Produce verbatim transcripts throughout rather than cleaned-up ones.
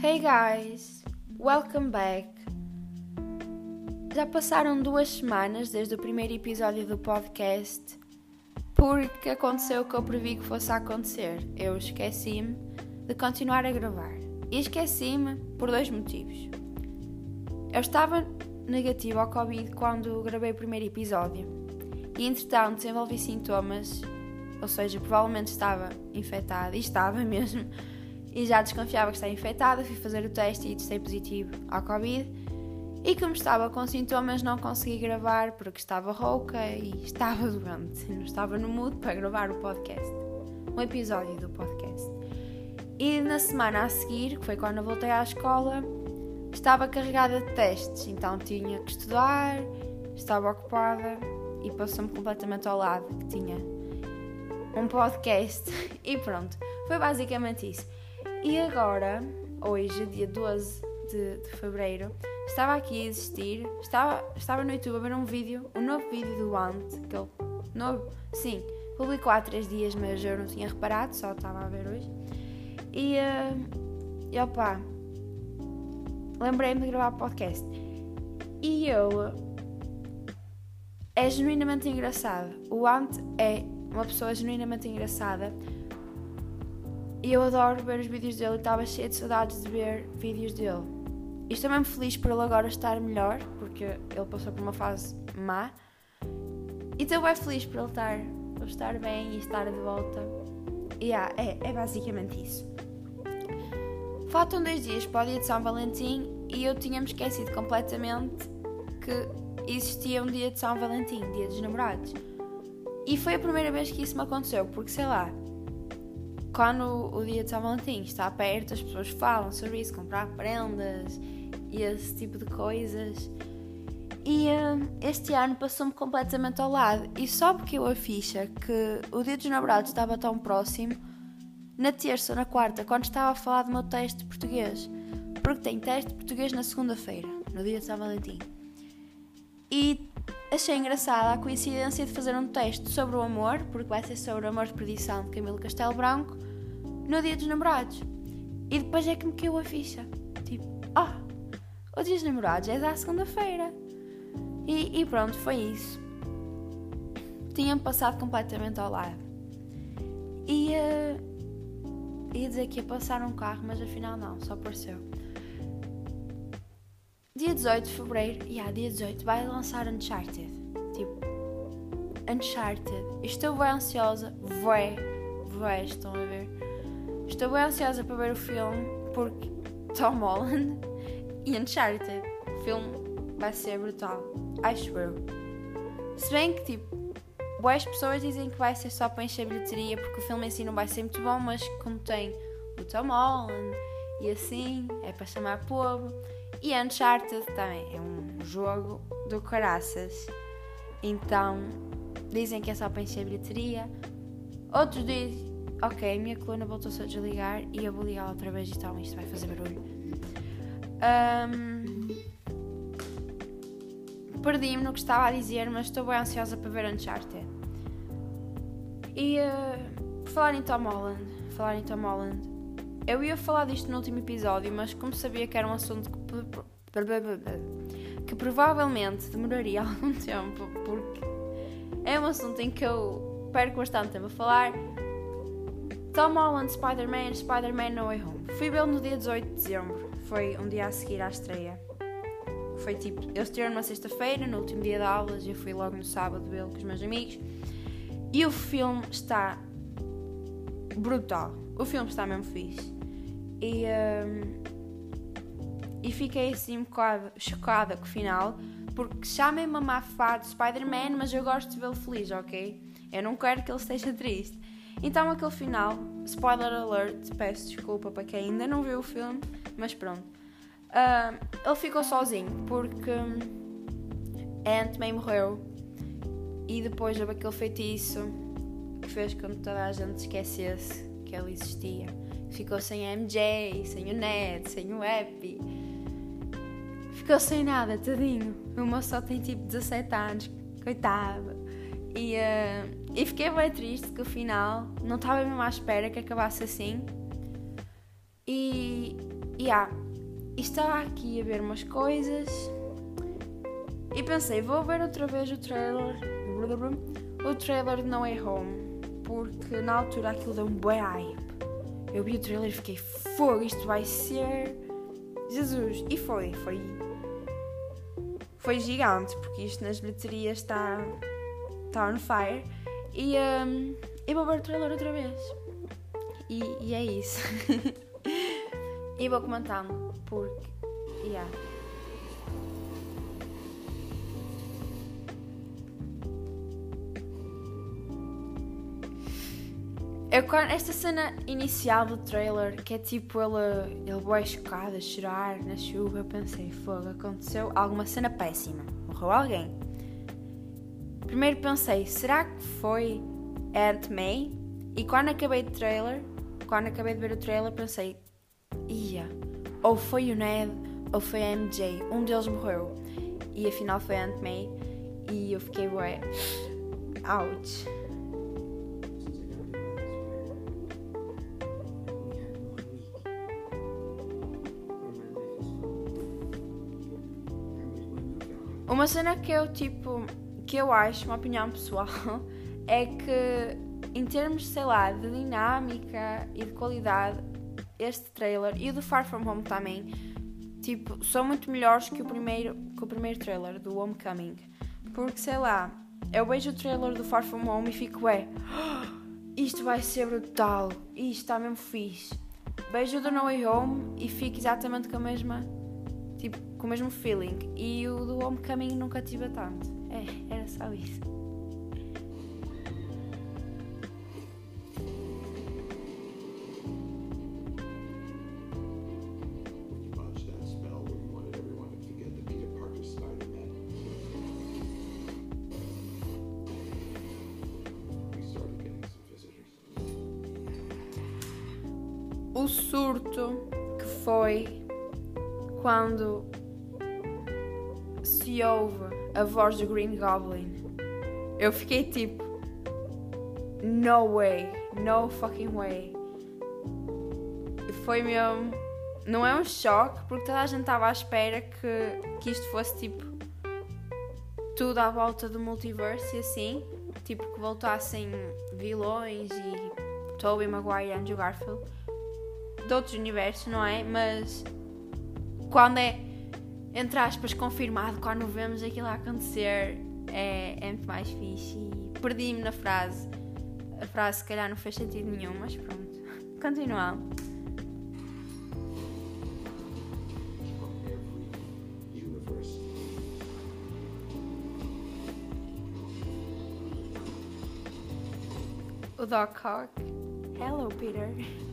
Hey guys, welcome back. Já passaram duas semanas desde o primeiro episódio do podcast porque aconteceu o que eu previ que fosse acontecer. Eu esqueci-me de continuar a gravar. E esqueci-me por dois motivos. Eu estava negativo ao Covid quando gravei o primeiro episódio e entretanto desenvolvi sintomas, ou seja, provavelmente estava infectada, e estava mesmo, e já desconfiava que estava infectada. Fui fazer o teste e testei positivo ao Covid, e como estava com sintomas não consegui gravar porque estava rouca e estava doente, não estava no mood para gravar o podcast, um episódio do podcast. E na semana a seguir, que foi quando eu voltei à escola, estava carregada de testes, então tinha que estudar, estava ocupada e passou-me completamente ao lado que tinha um podcast e pronto, foi basicamente isso. E agora, hoje, dia doze de, de fevereiro, estava aqui a existir, estava, estava no YouTube a ver um vídeo, um novo vídeo do Ant, que ele, novo, sim, publicou há três dias, mas eu não tinha reparado, só estava a ver hoje. E, uh, e opa, lembrei-me de gravar o podcast. E eu, é genuinamente engraçado. O Ant é uma pessoa genuinamente engraçada. E eu adoro ver os vídeos dele e estava cheio de saudades de ver vídeos dele. E estou mesmo feliz por ele agora estar melhor, porque ele passou por uma fase má. E estou bem feliz por ele estar, por estar bem e estar de volta. E yeah, é, é basicamente isso. Faltam dois dias para o dia de São Valentim e eu tinha-me esquecido completamente que existia um dia de São Valentim, dia dos namorados. E foi a primeira vez que isso me aconteceu, porque sei lá, quando o dia de São Valentim está perto, as pessoas falam sobre isso, comprar prendas e esse tipo de coisas. E uh, este ano passou-me completamente ao lado. E só porque eu a ficha que o dia dos namorados estava tão próximo, na terça ou na quarta, quando estava a falar do meu teste de português, porque tenho teste de português na segunda-feira, no dia de São Valentim. E achei engraçada a coincidência de fazer um teste sobre o amor, porque vai ser sobre o Amor de Perdição de Camilo Castelo Branco, no dia dos namorados. E depois é que me caiu a ficha. Tipo, ah, oh, o dia dos namorados é da segunda-feira. E, e pronto, foi isso. Tinha-me passado completamente ao lado. E uh, ia dizer que ia passar um carro, mas afinal não, só apareceu. Dia dezoito de fevereiro, e yeah, dia dezoito, vai lançar Uncharted. Tipo, Uncharted. Estou bem ansiosa, bué, bué, estão a ver? Estou bem ansiosa para ver o filme, porque Tom Holland e Uncharted. O filme vai ser brutal, acho eu. Se bem que, tipo, boas pessoas dizem que vai ser só para encher bilheteria, porque o filme em si não vai ser muito bom, mas como tem o Tom Holland e assim, é para chamar povo. E Uncharted também é um jogo do caraças. Então, dizem que é só para encher bilheteria. Outros dizem, ok, a minha coluna voltou-se a desligar e eu vou ligá-la outra vez, então isto vai fazer barulho. Um, Perdi-me no que estava a dizer, mas estou bem ansiosa para ver Uncharted. E, uh, por falar em Tom Holland, falar em Tom Holland, eu ia falar disto no último episódio, mas como sabia que era um assunto que, que provavelmente demoraria algum tempo, porque é um assunto em que eu perco bastante tempo a falar. Tom Holland, Spider-Man, Spider-Man No Way Home. Fui vê-lo no dia dezoito de dezembro, foi um dia a seguir à estreia. Foi tipo, eles tiraram uma sexta-feira, no último dia de aulas, e eu fui logo no sábado vê-lo com os meus amigos. E o filme está brutal, o filme está mesmo fixe. E, um, e fiquei assim um bocado chocada com o final, porque chamem-me a má fã de Spider-Man, mas eu gosto de vê-lo feliz, ok? Eu não quero que ele esteja triste. Então aquele final, spoiler alert, peço desculpa para quem ainda não viu o filme, mas pronto. Uh, ele ficou sozinho, porque a Aunt May morreu, e depois houve aquele feitiço que fez com que toda a gente esquecesse que ele existia. Ficou sem a M J, sem o Ned, sem o Happy. Ficou sem nada, tadinho. O meu só tem tipo dezassete anos, coitado. E, uh, e fiquei bem triste que o final não estava mesmo à espera que acabasse assim. E, yeah, e estava aqui a ver umas coisas e pensei, vou ver outra vez o trailer, o trailer de No Way Home, porque na altura aquilo deu um bué hype. Eu vi o trailer e fiquei, fogo, isto vai ser Jesus, e foi, foi, foi gigante, porque isto nas bilheterias está, está on fire, e, um, e vou ver o trailer outra vez, e, e é isso, e vou comentando, porque, yeah. Eu, esta cena inicial do trailer, que é tipo ele, ele vai chocado, a chorar na chuva, eu pensei, fogo, aconteceu alguma cena péssima, morreu alguém. Primeiro pensei, será que foi Aunt May? E quando acabei de trailer, quando acabei de ver o trailer, pensei, ia, ou foi o Ned, ou foi a M J, um deles morreu. E afinal foi a Aunt May, e eu fiquei, ué, ouch. Uma cena que eu, tipo, que eu acho, uma opinião pessoal, é que em termos, sei lá, de dinâmica e de qualidade, este trailer e o do Far From Home também, tipo, são muito melhores que o primeiro, que o primeiro trailer do Homecoming. Porque, sei lá, eu vejo o trailer do Far From Home e fico, é, isto vai ser brutal, isto está mesmo fixe. Vejo o do No Way Home e fico exatamente com a mesma, tipo, com o mesmo feeling. E o do Homecoming nunca tive tanto. É, era só isso. O surto que foi quando se ouve a voz do Green Goblin. Eu fiquei tipo, no way, no fucking way. Foi mesmo, não é um choque, porque toda a gente estava à espera que, que isto fosse tipo tudo à volta do multiverso e assim, tipo que voltassem vilões e Tobey Maguire e Andrew Garfield de outros universos, não é? Mas quando é, entre aspas, confirmado, quando vemos aquilo a acontecer, é, é muito mais fixe. E perdi-me na frase. A frase se calhar não fez sentido nenhum, mas pronto. Continuando. O Doc Ock. Hello, Peter.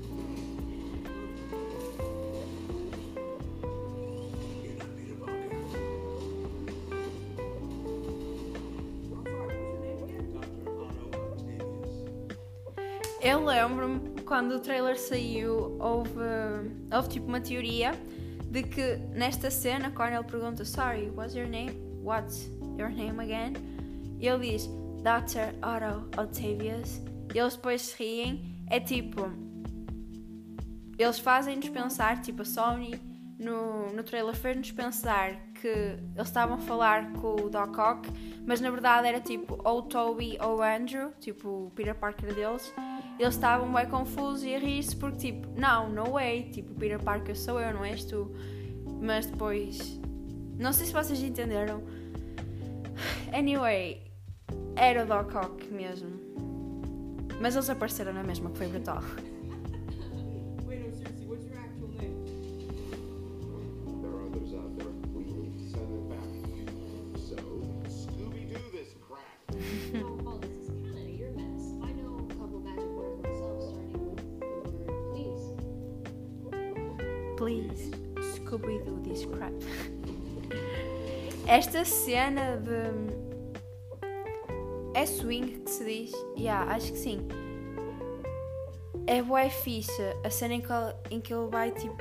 Eu lembro-me, quando o trailer saiu, houve, houve tipo uma teoria de que nesta cena, quando ele pergunta Sorry, what's your name? What's your name again? E ele diz doutor Otto Octavius. E eles depois se riem. É tipo, eles fazem-nos pensar, tipo a Sony no, no trailer fez-nos pensar que eles estavam a falar com o Doc Ock, mas na verdade era tipo ou Tobey ou Andrew, tipo o Peter Parker deles. Eles estavam bem confusos e a rir-se porque tipo, não, no way, tipo, Peter Parker sou eu, não és tu. Mas depois, não sei se vocês entenderam. Anyway, era o Doc Ock mesmo. Mas eles apareceram na mesma, que foi brutal. Wait, no, seriously, what's your actual name? There are others out there. We need to send them back. So, Scooby-Doo this crap. No, Paul, this is kind of your mess. I know a couple magic words myself, starting with the word please. Please, Scooby-Doo this crap. Esta cena de... É swing que se diz? Yeah, acho que sim. É bué fixe a cena em que, ele, em que ele vai tipo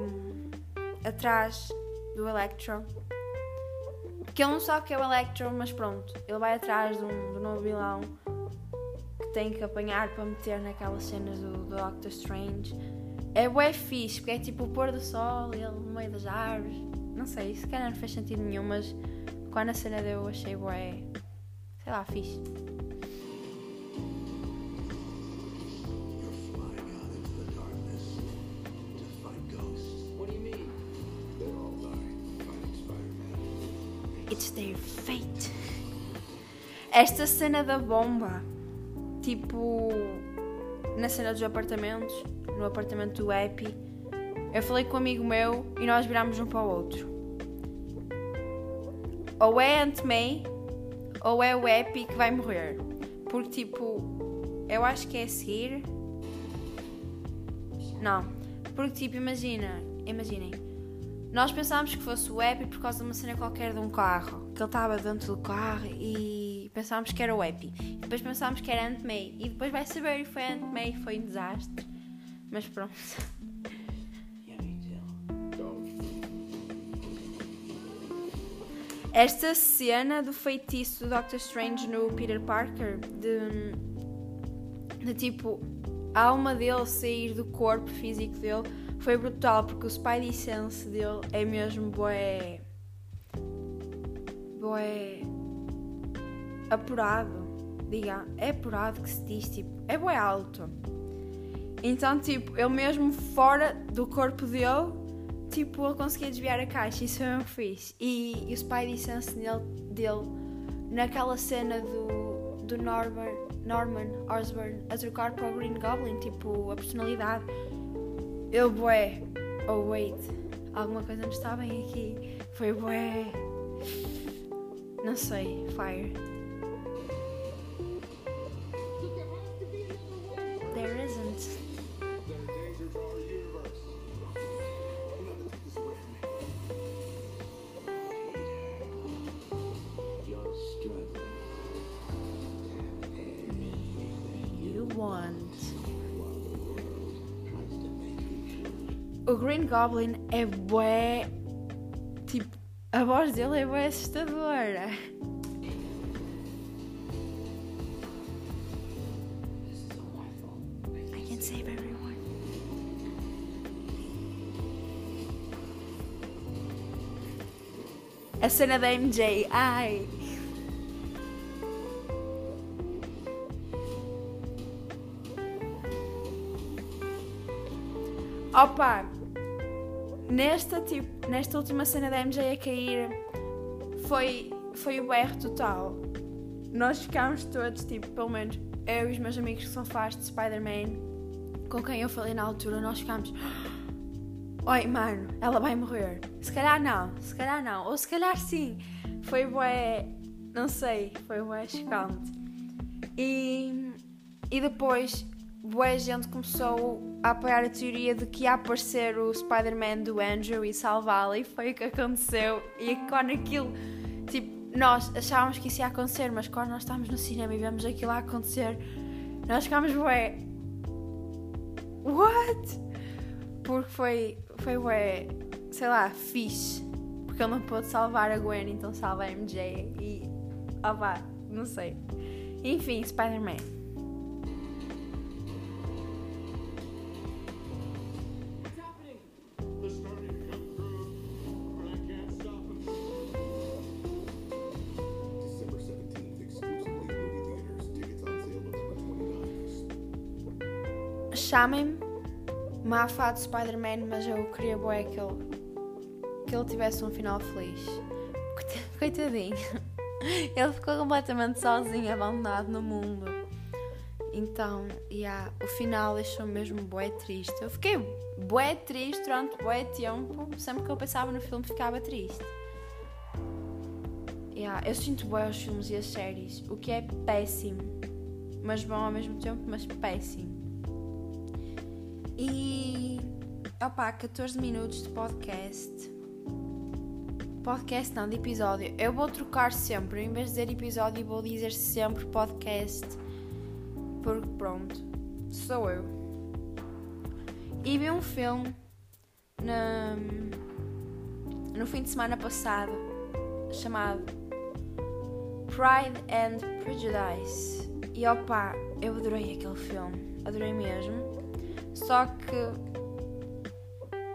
atrás do Electro. Que ele não sabe que é o Electro, mas pronto, ele vai atrás de um, de um novo vilão que tem que apanhar para meter naquelas cenas do, do Doctor Strange. é bué fixe, porque é tipo o pôr do sol, ele no meio das árvores. Não sei, se calhar não fez sentido nenhum, mas quando a cena deu eu achei bué, sei lá, fixe. You're flying out into the darkness to fight ghosts. What do you mean? They're all dying fighting Spider-Man. It's their fate. Esta cena da bomba, tipo, na cena dos apartamentos, no apartamento do Happy, eu falei com um amigo meu e nós virámos um para o outro. Ou é Aunt May ou é o Happy que vai morrer. Porque tipo, eu acho que é a seguir. Não. Porque tipo, imagina, imaginem. Nós pensámos que fosse o Happy por causa de uma cena qualquer de um carro. Que ele estava dentro do carro e pensámos que era o Happy. E depois pensámos que era Aunt May. E depois vai saber e foi Aunt May, foi um desastre. Mas pronto. Esta cena do feitiço do Doctor Strange no Peter Parker, de, de tipo, a alma dele sair do corpo físico dele, foi brutal, porque o Spidey Sense dele é mesmo bué, bué apurado, diga, é apurado que se diz, tipo, é bué alto. Então, tipo, ele mesmo fora do corpo dele, tipo, ele conseguia desviar a caixa, isso eu não fiz. E, e o Spidey Sense dele, dele naquela cena do, do Norman, Norman Osborn a trocar para o Green Goblin, tipo, a personalidade, ele bué, oh wait, alguma coisa não está bem aqui, foi bué, não sei, fire. There isn't. O Green Goblin é bué, tipo, a voz dele é bué assustadora. I can save everyone. A cena da M J, ai. Opa, nesta, tipo, nesta última cena da M J a cair, foi, foi o berro total. Nós ficámos todos, tipo, pelo menos eu e os meus amigos que são fãs de Spider-Man, com quem eu falei na altura, nós ficámos, oi mano, ela vai morrer. Se calhar não, se calhar não, ou se calhar sim. Foi bué, não sei, foi bué chocante. E, e depois, bué gente começou a apoiar a teoria de que ia aparecer o Spider-Man do Andrew e salvá-la, e foi o que aconteceu. E quando aquilo, tipo, nós achávamos que isso ia acontecer, mas quando nós estávamos no cinema e vemos aquilo a acontecer, nós ficámos bué, what? Porque foi, foi bué, sei lá, fixe, porque ele não pôde salvar a Gwen, então salva a M J e, ó vá, não sei. Enfim, Spider-Man. Chamem-me má fã de Spider-Man, mas eu queria bué que ele, que ele tivesse um final feliz. Coitadinho. Ele ficou completamente sozinho, abandonado no mundo. Então, yeah, o final deixou-me mesmo bué triste. Eu fiquei bué triste durante bué tempo. Sempre que eu pensava no filme ficava triste. Yeah, eu sinto bué os filmes e as séries, o que é péssimo. Mas bom ao mesmo tempo, mas péssimo. E, opá, catorze minutos de podcast. Podcast não, de episódio. Eu vou trocar sempre, em vez de dizer episódio, vou dizer sempre podcast. Porque pronto, sou eu. E vi um filme na, no fim de semana passado, chamado Pride and Prejudice. E opá, eu adorei aquele filme, adorei mesmo. Só que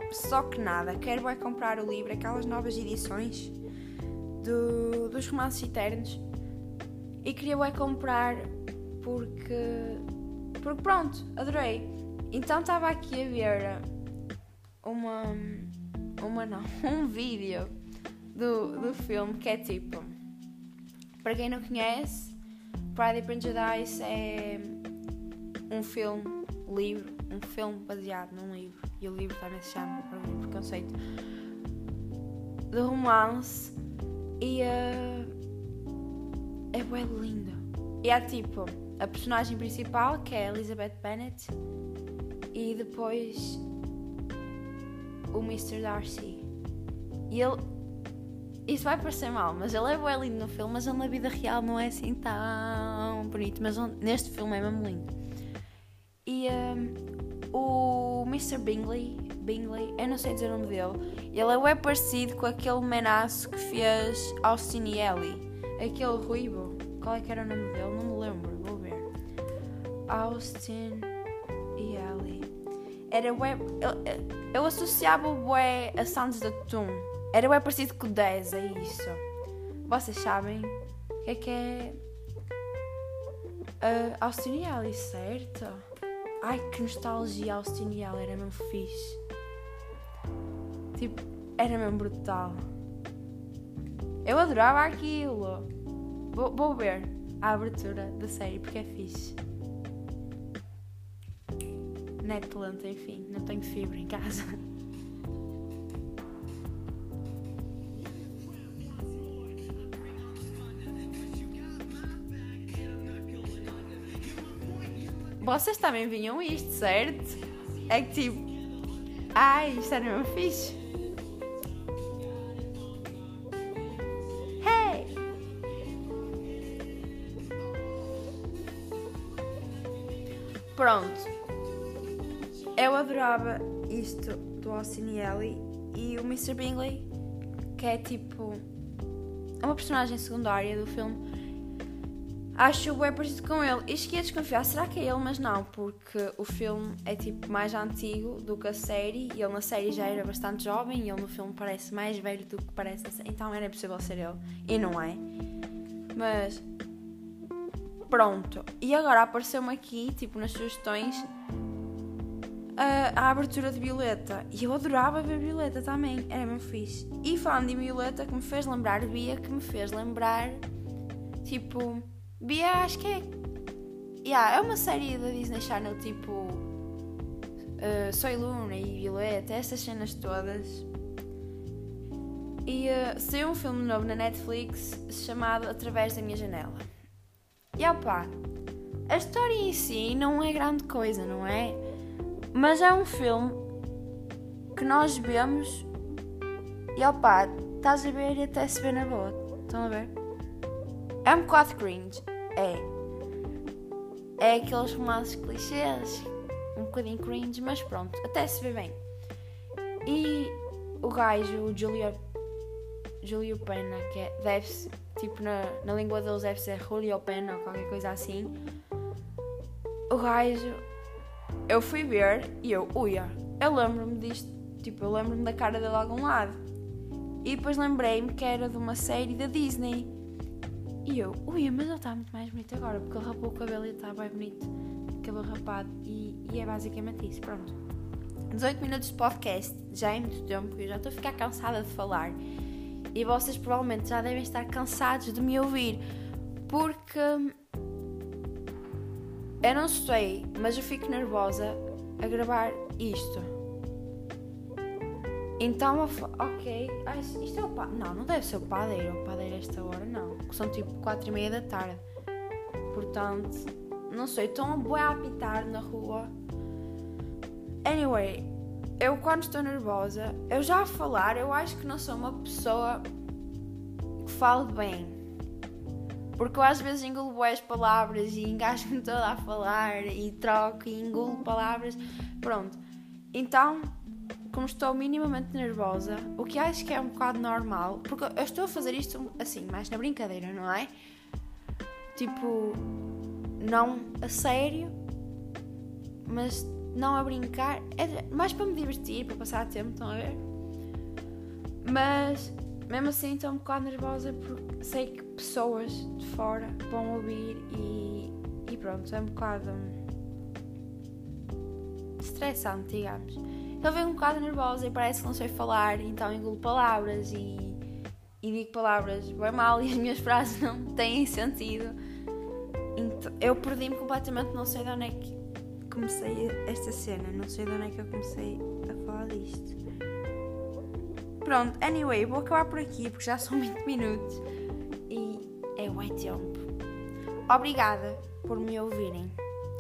só que nada, quero é comprar o livro, aquelas novas edições do, dos romances eternos, e queria é comprar porque, porque pronto, adorei. Então estava aqui a ver uma, uma não, um vídeo do, do filme que é tipo, para quem não conhece, Pride and Prejudice é um filme, livro, um filme baseado num livro, e o livro também se chama Orgulho e Preconceito, de romance, e uh, é bem lindo. E há tipo a personagem principal, que é Elizabeth Bennet, e depois o mister Darcy. E ele, isso vai parecer mal, mas ele é bem lindo no filme, mas ele na vida real não é assim tão bonito, mas neste filme é mesmo lindo. E um, o mister Bingley, Bingley, eu não sei dizer o nome dele, ele é bem parecido com aquele menaço que fez Austin e Ellie, aquele ruivo. Qual é que era o nome dele? Não me lembro, vou ver. Austin e Ellie. Era bué, eu, eu associava o bué a Sands da Tum. Era bué parecido com o dez, é isso. Vocês sabem o que é que é uh, Austin e Ellie, certo? Ai, que nostalgia, Austin e Ellie, era mesmo fixe. Tipo, era mesmo brutal. Eu adorava aquilo. Vou, vou ver a abertura da série porque é fixe. Netland, enfim, não tenho fibra em casa. Vocês também vinham isto, certo? É que tipo, ai, isto era mesmo fixe. Pronto, eu adorava isto do Austin e Ellie, e o mister Bingley, que é tipo uma personagem secundária do filme, acho bem parecido com ele. E cheguei a desconfiar, será que é ele? Mas não, porque o filme é tipo mais antigo do que a série, e ele na série já era bastante jovem, e ele no filme parece mais velho do que parece na série, então era impossível ser ele, e não é. Mas pronto, e agora apareceu-me aqui, tipo nas sugestões, a, a abertura de Violeta, e eu adorava ver Violeta também, era mesmo fixe. E falando de Violeta, que me fez lembrar Bia, que me fez lembrar, tipo, Bia acho que é, yeah, é uma série da Disney Channel, tipo, uh, Soy Luna e Violeta, essas cenas todas. E uh, saiu um filme novo na Netflix chamado Através da Minha Janela. E opá, a história em si não é grande coisa, não é? Mas é um filme que nós vemos e opá, estás a ver e até se vê na boa. Estão a ver? É um bocado cringe, é. É aqueles romances clichês, um bocadinho cringe, mas pronto, até se vê bem. E o gajo, o Julio, Julio Pena, que é, deve-se, tipo na, na língua deles deve ser Julio Pena ou qualquer coisa assim. O gajo, eu fui ver e eu, uia, eu lembro-me disto, tipo, eu lembro-me da cara dele a algum lado. E depois lembrei-me que era de uma série da Disney. E eu, uia, mas ele está muito mais bonito agora, porque ele rapou o cabelo e está bem bonito, cabelo rapado, e, e é basicamente isso, pronto. dezoito minutos de podcast, já é muito tempo, eu já estou a ficar cansada de falar. E vocês provavelmente já devem estar cansados de me ouvir, porque eu não sei, mas eu fico nervosa a gravar isto. Então, ok, ah, isto é o padeiro, não, não deve ser o padeiro, o padeiro a esta hora não, são tipo quatro e meia da tarde, portanto, não sei, estão a bué a apitar na rua. Anyway, eu quando estou nervosa, eu já a falar, eu acho que não sou uma pessoa que fale bem. Porque eu às vezes engulo bué as palavras e engasgo-me toda a falar e troco e engulo palavras. Pronto. Então, como estou minimamente nervosa, o que acho que é um bocado normal, porque eu estou a fazer isto assim, mais na brincadeira, não é? Tipo, não a sério. mas não a brincar, é mais para me divertir, para passar tempo, estão a ver? Mas mesmo assim estou um bocado nervosa porque sei que pessoas de fora vão ouvir e, e pronto, é um bocado estressante, digamos. Então venho um bocado nervosa e parece que não sei falar, então engulo palavras e, e digo palavras bem mal e as minhas frases não têm sentido. Então, eu perdi-me completamente, não sei de onde é que comecei esta cena, não sei de onde é que eu comecei a falar disto. Pronto, anyway, vou acabar por aqui porque já são vinte minutos e é o tempo. Obrigada por me ouvirem.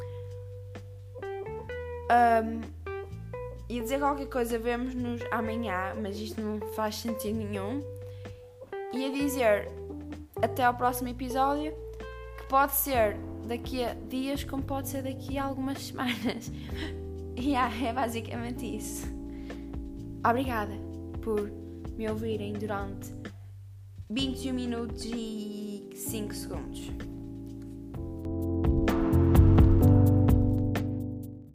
Um, e dizer qualquer coisa, vemos-nos amanhã, mas isto não faz sentido nenhum. E a dizer até ao próximo episódio, que pode ser daqui a dias como pode ser daqui a algumas semanas. E yeah, é basicamente isso. Obrigada por me ouvirem durante vinte e um minutos e cinco segundos.